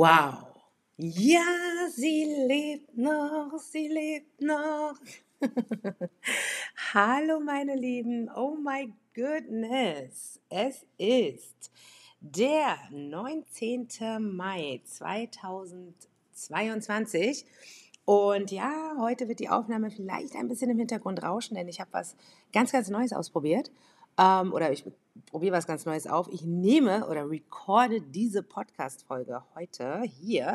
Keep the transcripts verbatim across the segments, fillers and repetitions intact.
Wow. Ja, sie lebt noch, sie lebt noch. Hallo meine Lieben, oh my goodness. Es ist der neunzehnten Mai zweitausendzweiundzwanzig und ja, heute wird die Aufnahme vielleicht ein bisschen im Hintergrund rauschen, denn ich habe was ganz, ganz Neues ausprobiert. Ähm, oder ich probiere was ganz Neues auf. Ich nehme oder recorde diese Podcast-Folge heute hier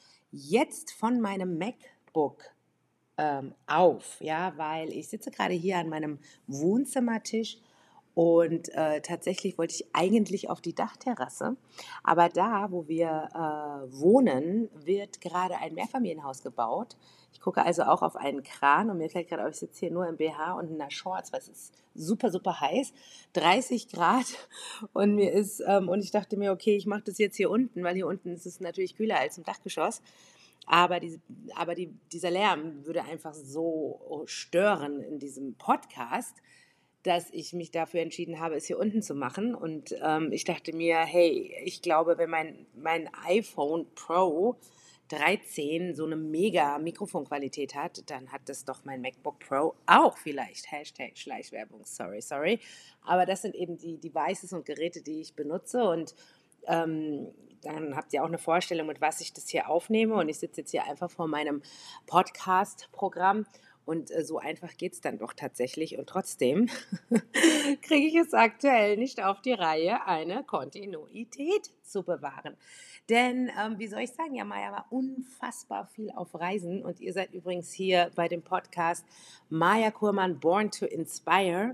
jetzt von meinem MacBook ähm, auf, ja, weil ich sitze gerade hier an meinem Wohnzimmertisch und äh, tatsächlich wollte ich eigentlich auf die Dachterrasse, aber da, wo wir äh, wohnen, wird gerade ein Mehrfamilienhaus gebaut. Ich gucke also auch auf einen Kran und mir fällt gerade auf, ich sitze hier nur im B H und in der Shorts, weil es ist super, super heiß, dreißig Grad und mir ist, ähm, und ich dachte mir, okay, ich mache das jetzt hier unten, weil hier unten ist es natürlich kühler als im Dachgeschoss. Aber, diese, aber die, dieser Lärm würde einfach so stören in diesem Podcast, dass ich mich dafür entschieden habe, es hier unten zu machen. Und ähm, ich dachte mir, hey, ich glaube, wenn mein, mein iPhone Pro dreizehn so eine mega Mikrofonqualität hat, dann hat das doch mein MacBook Pro auch vielleicht. Hashtag Schleichwerbung, sorry, sorry. Aber das sind eben die Devices und Geräte, die ich benutze und ähm, dann habt ihr auch eine Vorstellung, mit was ich das hier aufnehme. Und ich sitze jetzt hier einfach vor meinem Podcast-Programm. Und äh, so einfach geht es dann doch tatsächlich. Und trotzdem kriege ich es aktuell nicht auf die Reihe, eine Kontinuität zu bewahren. Denn, ähm, wie soll ich sagen, ja, Maja war unfassbar viel auf Reisen. Und ihr seid übrigens hier bei dem Podcast Maja Kurmann, Born to Inspire.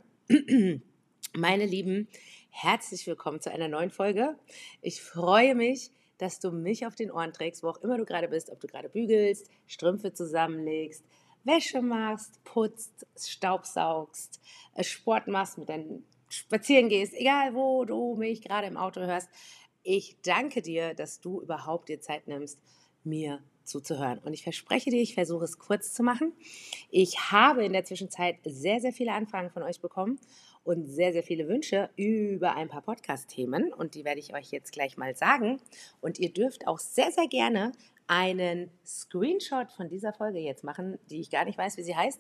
Meine Lieben, herzlich willkommen zu einer neuen Folge. Ich freue mich, dass du mich auf den Ohren trägst, wo auch immer du gerade bist, ob du gerade bügelst, Strümpfe zusammenlegst, Wäsche machst, putzt, Staubsaugst, Sport machst, mit deinen Spazieren gehst, egal wo du mich gerade im Auto hörst. Ich danke dir, dass du überhaupt dir Zeit nimmst, mir zuzuhören. Und ich verspreche dir, ich versuche es kurz zu machen. Ich habe in der Zwischenzeit sehr, sehr viele Anfragen von euch bekommen und sehr, sehr viele Wünsche über ein paar Podcast-Themen und die werde ich euch jetzt gleich mal sagen. Und ihr dürft auch sehr, sehr gerne einen Screenshot von dieser Folge jetzt machen, die ich gar nicht weiß, wie sie heißt.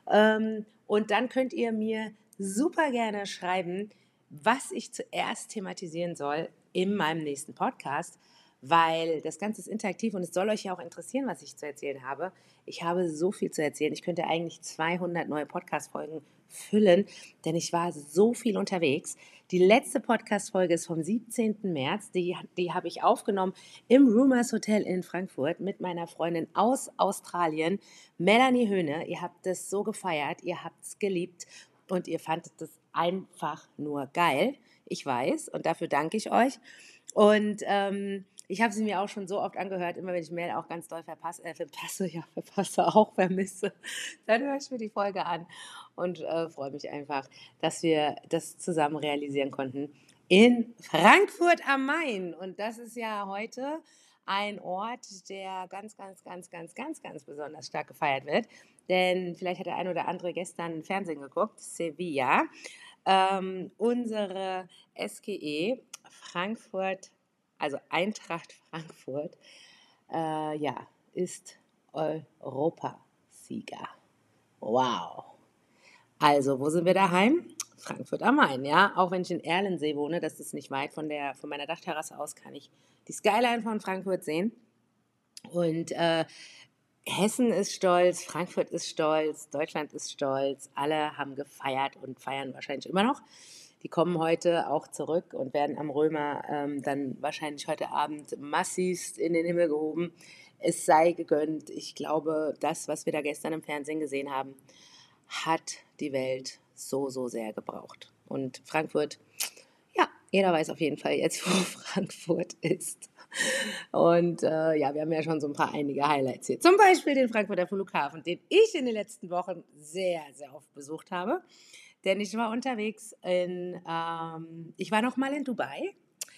Und dann könnt ihr mir super gerne schreiben, was ich zuerst thematisieren soll in meinem nächsten Podcast, weil das Ganze ist interaktiv und es soll euch ja auch interessieren, was ich zu erzählen habe. Ich habe so viel zu erzählen. Ich könnte eigentlich zweihundert neue Podcast-Folgen füllen, denn ich war so viel unterwegs. Die letzte Podcast-Folge ist vom siebzehnten März. Die, die habe ich aufgenommen im Rumors Hotel in Frankfurt mit meiner Freundin aus Australien, Melanie Höhne. Ihr habt das so gefeiert, ihr habt es geliebt und ihr fandet das einfach nur geil. Ich weiß und dafür danke ich euch. Und ähm, ich habe sie mir auch schon so oft angehört, immer wenn ich Mail auch ganz doll verpasse, äh, verpasse, ja, verpasse, auch vermisse, dann höre ich mir die Folge an und äh, freue mich einfach, dass wir das zusammen realisieren konnten in Frankfurt am Main. Und das ist ja heute ein Ort, der ganz, ganz, ganz, ganz, ganz, ganz besonders stark gefeiert wird. Denn vielleicht hat der eine oder andere gestern Fernsehen geguckt, Sevilla. Ähm, unsere S G E Frankfurt, also Eintracht Frankfurt, äh, ja, ist Europasieger. Wow. Also, wo sind wir daheim? Frankfurt am Main, ja. Auch wenn ich in Erlensee wohne, das ist nicht weit von, der, von meiner Dachterrasse aus, kann ich die Skyline von Frankfurt sehen. Und äh, Hessen ist stolz, Frankfurt ist stolz, Deutschland ist stolz. Alle haben gefeiert und feiern wahrscheinlich immer noch. Die kommen heute auch zurück und werden am Römer ähm, dann wahrscheinlich heute Abend massivst in den Himmel gehoben. Es sei gegönnt. Ich glaube, das, was wir da gestern im Fernsehen gesehen haben, hat die Welt so, so sehr gebraucht. Und Frankfurt, ja, jeder weiß auf jeden Fall jetzt, wo Frankfurt ist. Und äh, ja, wir haben ja schon so ein paar einige Highlights hier. Zum Beispiel den Frankfurter Flughafen, den ich in den letzten Wochen sehr, sehr oft besucht habe. Denn ich war unterwegs in, ähm, ich war noch mal in Dubai.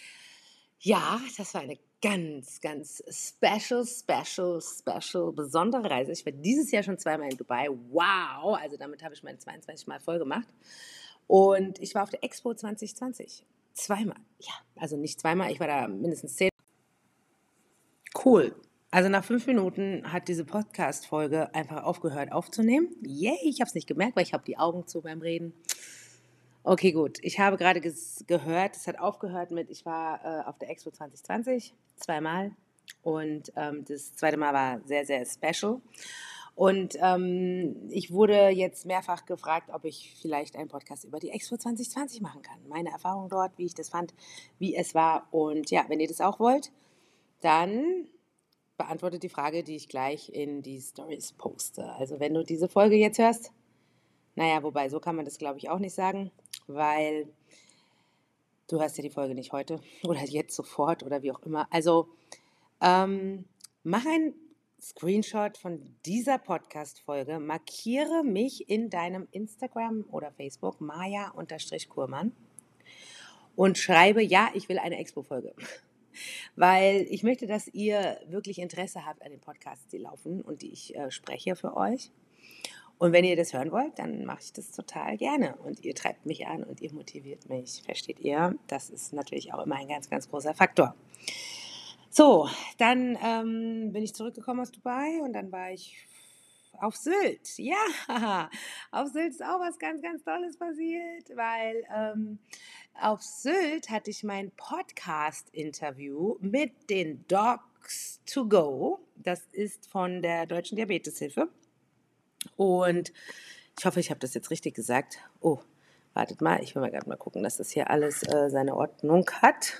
Ja, das war eine ganz, ganz special, special, special, besondere Reise. Ich war dieses Jahr schon zweimal in Dubai. Wow, also damit habe ich meine zweiundzwanzig Mal voll gemacht. Und ich war auf der Expo zwanzig zwanzig. Zweimal, ja, also nicht zweimal, ich war da mindestens zehn. Cool. Also nach fünf Minuten hat diese Podcast-Folge einfach aufgehört aufzunehmen. Yay, ich habe es nicht gemerkt, weil ich habe die Augen zu beim Reden. Okay, gut. Ich habe gerade ges- gehört, es hat aufgehört mit, ich war äh, auf der Expo zwanzig zwanzig zweimal und ähm, das zweite Mal war sehr, sehr special. Und ähm, ich wurde jetzt mehrfach gefragt, ob ich vielleicht einen Podcast über die Expo zwanzig zwanzig machen kann. Meine Erfahrung dort, wie ich das fand, wie es war. Und ja, wenn ihr das auch wollt, dann beantwortet die Frage, die ich gleich in die Stories poste. Also wenn du diese Folge jetzt hörst, naja, wobei, so kann man das glaube ich auch nicht sagen, weil du hörst ja die Folge nicht heute oder jetzt sofort oder wie auch immer. Also ähm, mach einen Screenshot von dieser Podcast-Folge, markiere mich in deinem Instagram oder Facebook, Maja-Kurmann und schreibe, ja, ich will eine Expo-Folge. Weil ich möchte, dass ihr wirklich Interesse habt an den Podcasts, die laufen und die ich äh, spreche für euch. Und wenn ihr das hören wollt, dann mache ich das total gerne. Und ihr treibt mich an und ihr motiviert mich. Versteht ihr? Das ist natürlich auch immer ein ganz, ganz großer Faktor. So, dann ähm, bin ich zurückgekommen aus Dubai und dann war ich auf Sylt. Ja, auf Sylt ist auch was ganz, ganz Tolles passiert, weil ähm, auf Sylt hatte ich mein Podcast-Interview mit den Docs to Go. Das ist von der Deutschen Diabeteshilfe. Und ich hoffe, ich habe das jetzt richtig gesagt. Oh, wartet mal, ich will mal gerade mal gucken, dass das hier alles äh, seine Ordnung hat.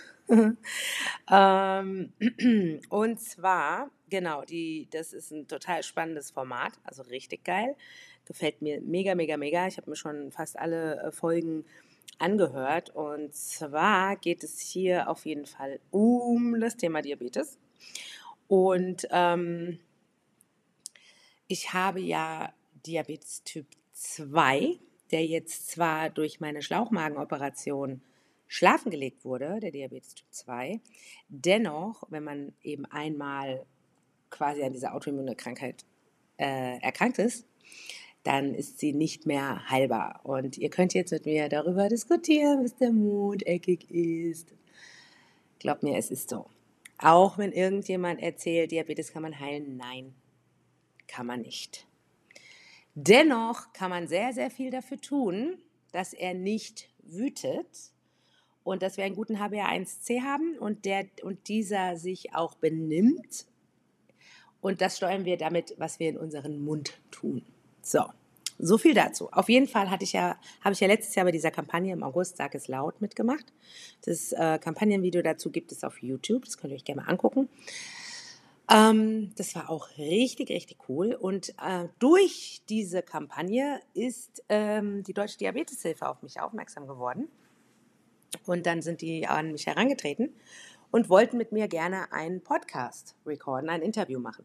ähm, und zwar, genau, die, das ist ein total spannendes Format, also richtig geil. Gefällt mir mega, mega, mega. Ich habe mir schon fast alle äh, Folgen angehört. Und zwar geht es hier auf jeden Fall um das Thema Diabetes. Und ähm, ich habe ja Diabetes Typ zwei, der jetzt zwar durch meine Schlauchmagenoperation schlafen gelegt wurde, der Diabetes Typ zwei, dennoch, wenn man eben einmal quasi an dieser Autoimmunkrankheit äh, erkrankt ist, dann ist sie nicht mehr heilbar. Und ihr könnt jetzt mit mir darüber diskutieren, was der Mond eckig ist. Glaubt mir, es ist so. Auch wenn irgendjemand erzählt, Diabetes kann man heilen, nein, kann man nicht. Dennoch kann man sehr, sehr viel dafür tun, dass er nicht wütet und dass wir einen guten H b A eins C haben und, der, und dieser sich auch benimmt. Und das steuern wir damit, was wir in unseren Mund tun. So, so viel dazu. Auf jeden Fall hatte ich ja, habe ich ja letztes Jahr bei dieser Kampagne im August Sag es laut mitgemacht. Das äh, Kampagnenvideo dazu gibt es auf YouTube, das könnt ihr euch gerne mal angucken. Ähm, das war auch richtig, richtig cool. Und äh, durch diese Kampagne ist ähm, die Deutsche Diabeteshilfe auf mich aufmerksam geworden. Und dann sind die an mich herangetreten und wollten mit mir gerne einen Podcast recorden, ein Interview machen.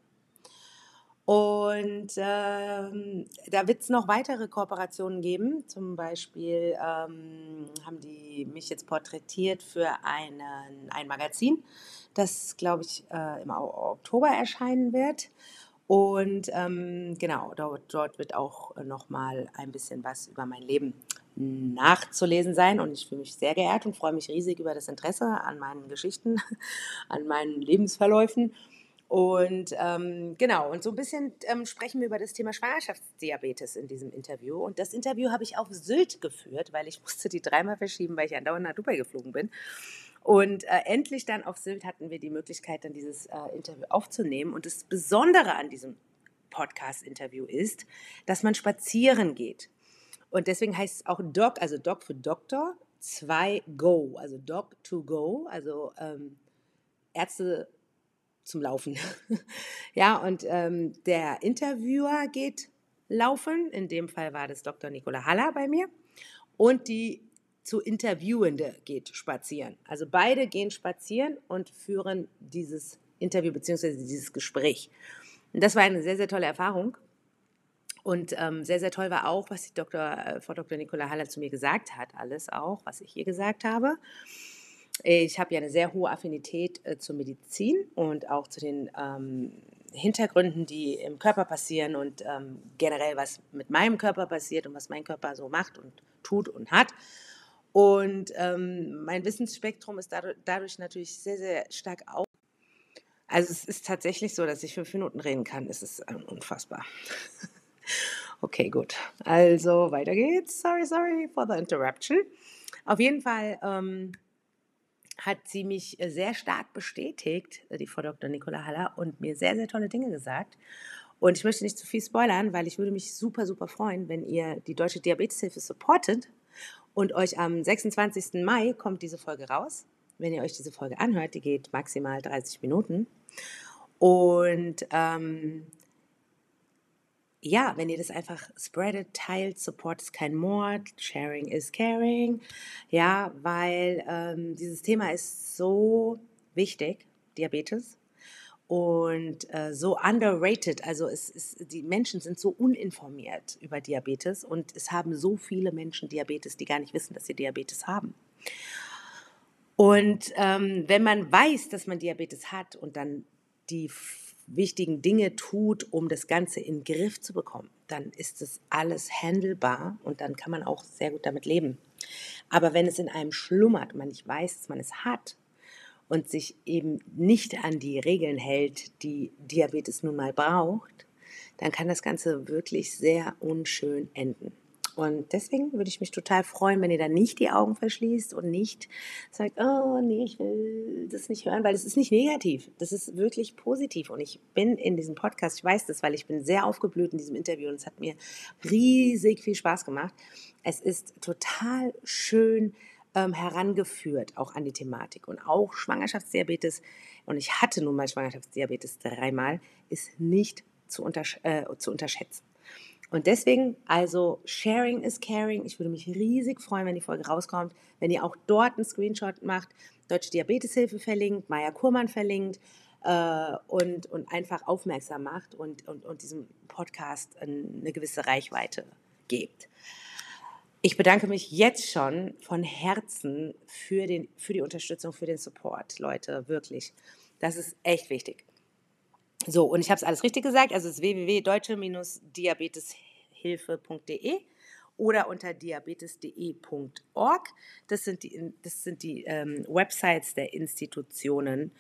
Und ähm, da wird es noch weitere Kooperationen geben. Zum Beispiel ähm, haben die mich jetzt porträtiert für einen, ein Magazin, das, glaube ich, äh, im Oktober erscheinen wird. Und ähm, genau, dort, dort wird auch nochmal ein bisschen was über mein Leben nachzulesen sein. Und ich fühle mich sehr geehrt und freue mich riesig über das Interesse an meinen Geschichten, an meinen Lebensverläufen. Und ähm, genau, und so ein bisschen ähm, sprechen wir über das Thema Schwangerschaftsdiabetes in diesem Interview. Und das Interview habe ich auf Sylt geführt, weil ich musste die dreimal verschieben, weil ich andauernd nach Dubai geflogen bin. Und äh, endlich dann auf Sylt hatten wir die Möglichkeit, dann dieses äh, Interview aufzunehmen. Und das Besondere an diesem Podcast-Interview ist, dass man spazieren geht. Und deswegen heißt es auch Doc, also Doc für Doktor, zwei Go, also Doc to Go, also ähm, Ärzte zum Laufen. Ja, und ähm, der Interviewer geht laufen. In dem Fall war das Doktor Nicola Haller bei mir. Und die zu Interviewende geht spazieren. Also beide gehen spazieren und führen dieses Interview bzw. dieses Gespräch. Und das war eine sehr, sehr tolle Erfahrung. Und ähm, sehr, sehr toll war auch, was die Doktor, äh, Frau Doktor Nicola Haller zu mir gesagt hat. Alles auch, was ich ihr gesagt habe. Ich habe ja eine sehr hohe Affinität äh, zur Medizin und auch zu den ähm, Hintergründen, die im Körper passieren und ähm, generell, was mit meinem Körper passiert und was mein Körper so macht und tut und hat. Und ähm, mein Wissensspektrum ist dadurch, dadurch natürlich sehr, sehr stark auf. Also es ist tatsächlich so, dass ich fünf Minuten reden kann. Es ist ähm, unfassbar. Okay, gut. Also weiter geht's. Sorry, sorry for the interruption. Auf jeden Fall ähm, hat sie mich äh, sehr stark bestätigt, äh, die Frau Doktor Nicola Haller, und mir sehr, sehr tolle Dinge gesagt. Und ich möchte nicht zu viel spoilern, weil ich würde mich super, super freuen, wenn ihr die Deutsche Diabeteshilfe supportet. Und euch am sechsundzwanzigsten Mai kommt diese Folge raus. Wenn ihr euch diese Folge anhört, die geht maximal dreißig Minuten. Und ähm, ja, wenn ihr das einfach spreadet, teilt, Support ist kein Mord, Sharing is caring. Ja, weil ähm, dieses Thema ist so wichtig, Diabetes, und äh, so underrated. Also es ist, die Menschen sind so uninformiert über Diabetes, und es haben so viele Menschen Diabetes, die gar nicht wissen, dass sie Diabetes haben. Und ähm, wenn man weiß, dass man Diabetes hat und dann die f- wichtigen Dinge tut, um das Ganze in den Griff zu bekommen, dann ist das alles handelbar und dann kann man auch sehr gut damit leben. Aber wenn es in einem schlummert und man nicht weiß, dass man es hat und sich eben nicht an die Regeln hält, die Diabetes nun mal braucht, dann kann das Ganze wirklich sehr unschön enden. Und deswegen würde ich mich total freuen, wenn ihr dann nicht die Augen verschließt und nicht sagt, oh nee, ich will das nicht hören, weil es ist nicht negativ, das ist wirklich positiv. Und ich bin in diesem Podcast, ich weiß das, weil ich bin sehr aufgeblüht in diesem Interview und es hat mir riesig viel Spaß gemacht. Es ist total schön ähm, herangeführt, auch an die Thematik. Und auch Schwangerschaftsdiabetes, und ich hatte nun mal Schwangerschaftsdiabetes dreimal, ist nicht zu, untersch äh, zu unterschätzen. Und deswegen, also Sharing is caring. Ich würde mich riesig freuen, wenn die Folge rauskommt, wenn ihr auch dort einen Screenshot macht, Deutsche Diabeteshilfe verlinkt, Maya Kurmann verlinkt äh, und, und einfach aufmerksam macht und, und, und diesem Podcast eine gewisse Reichweite gebt. Ich bedanke mich jetzt schon von Herzen für, den, für die Unterstützung, für den Support, Leute, wirklich. Das ist echt wichtig. So, und ich habe es alles richtig gesagt, also es ist w w w punkt deutsche diabeteshilfe punkt d e oder unter diabetes punkt d e punkt org. Das sind die, das sind die ähm, Websites der Institutionen.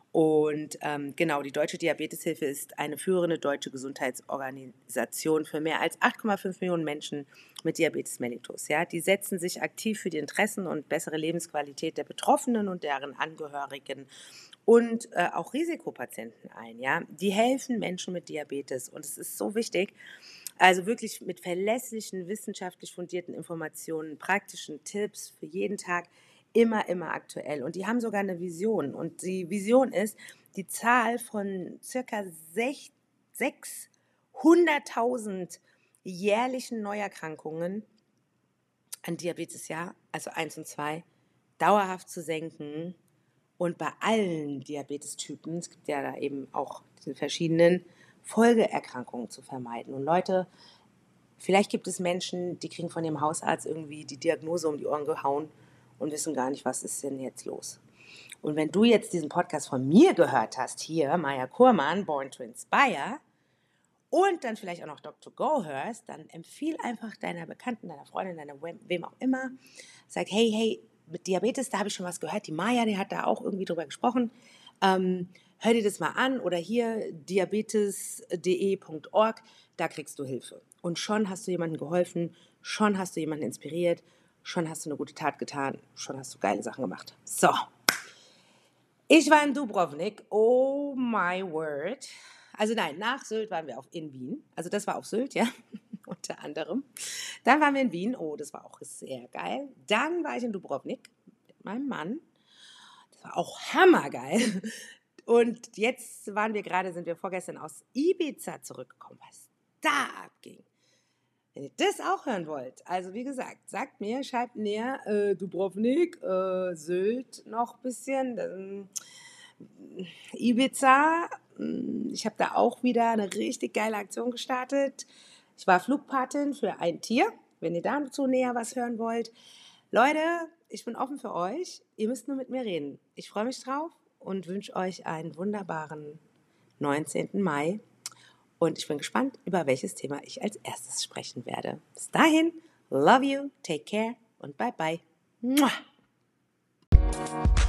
Und ähm, genau, die Deutsche Diabeteshilfe ist eine führende deutsche Gesundheitsorganisation für mehr als acht Komma fünf Millionen Menschen mit Diabetes mellitus. Ja? Die setzen sich aktiv für die Interessen und bessere Lebensqualität der Betroffenen und deren Angehörigen und äh, auch Risikopatienten ein. Ja? Die helfen Menschen mit Diabetes, und es ist so wichtig, also wirklich mit verlässlichen, wissenschaftlich fundierten Informationen, praktischen Tipps für jeden Tag, immer, immer aktuell. Und die haben sogar eine Vision. Und die Vision ist, die Zahl von circa sechshunderttausend jährlichen Neuerkrankungen an Diabetes, ja, also eins und zwei, dauerhaft zu senken und bei allen Diabetestypen, es gibt ja da eben auch diese verschiedenen Folgeerkrankungen, zu vermeiden. Und Leute, vielleicht gibt es Menschen, die kriegen von ihrem Hausarzt irgendwie die Diagnose um die Ohren gehauen und wissen gar nicht, was ist denn jetzt los. Und wenn du jetzt diesen Podcast von mir gehört hast, hier, Maya Kurmann, Born to Inspire, und dann vielleicht auch noch Doktor Go hörst, dann empfiehl einfach deiner Bekannten, deiner Freundin, deiner wem auch immer, sag, hey, hey, mit Diabetes, da habe ich schon was gehört, die Maya, die hat da auch irgendwie drüber gesprochen, ähm, hör dir das mal an, oder hier diabetes punkt d e punkt org, da kriegst du Hilfe. Und schon hast du jemandem geholfen, schon hast du jemanden inspiriert, schon hast du eine gute Tat getan, schon hast du geile Sachen gemacht. So, ich war in Dubrovnik, oh my word. Also nein, nach Sylt waren wir auch in Wien. Also das war auf Sylt, ja, unter anderem. Dann waren wir in Wien, oh, das war auch sehr geil. Dann war ich in Dubrovnik mit meinem Mann. Das war auch hammergeil. Und jetzt waren wir gerade, sind wir vorgestern aus Ibiza zurückgekommen, was da abging. Wenn ihr das auch hören wollt, also wie gesagt, sagt mir, schreibt mir, äh, Dubrovnik, äh, Sylt noch ein bisschen, ähm, Ibiza, ich habe da auch wieder eine richtig geile Aktion gestartet. Ich war Flugpatin für ein Tier, wenn ihr dazu näher was hören wollt. Leute, ich bin offen für euch, ihr müsst nur mit mir reden. Ich freue mich drauf und wünsche euch einen wunderbaren neunzehnten Mai. Und ich bin gespannt, über welches Thema ich als erstes sprechen werde. Bis dahin, love you, take care und bye bye. Mua.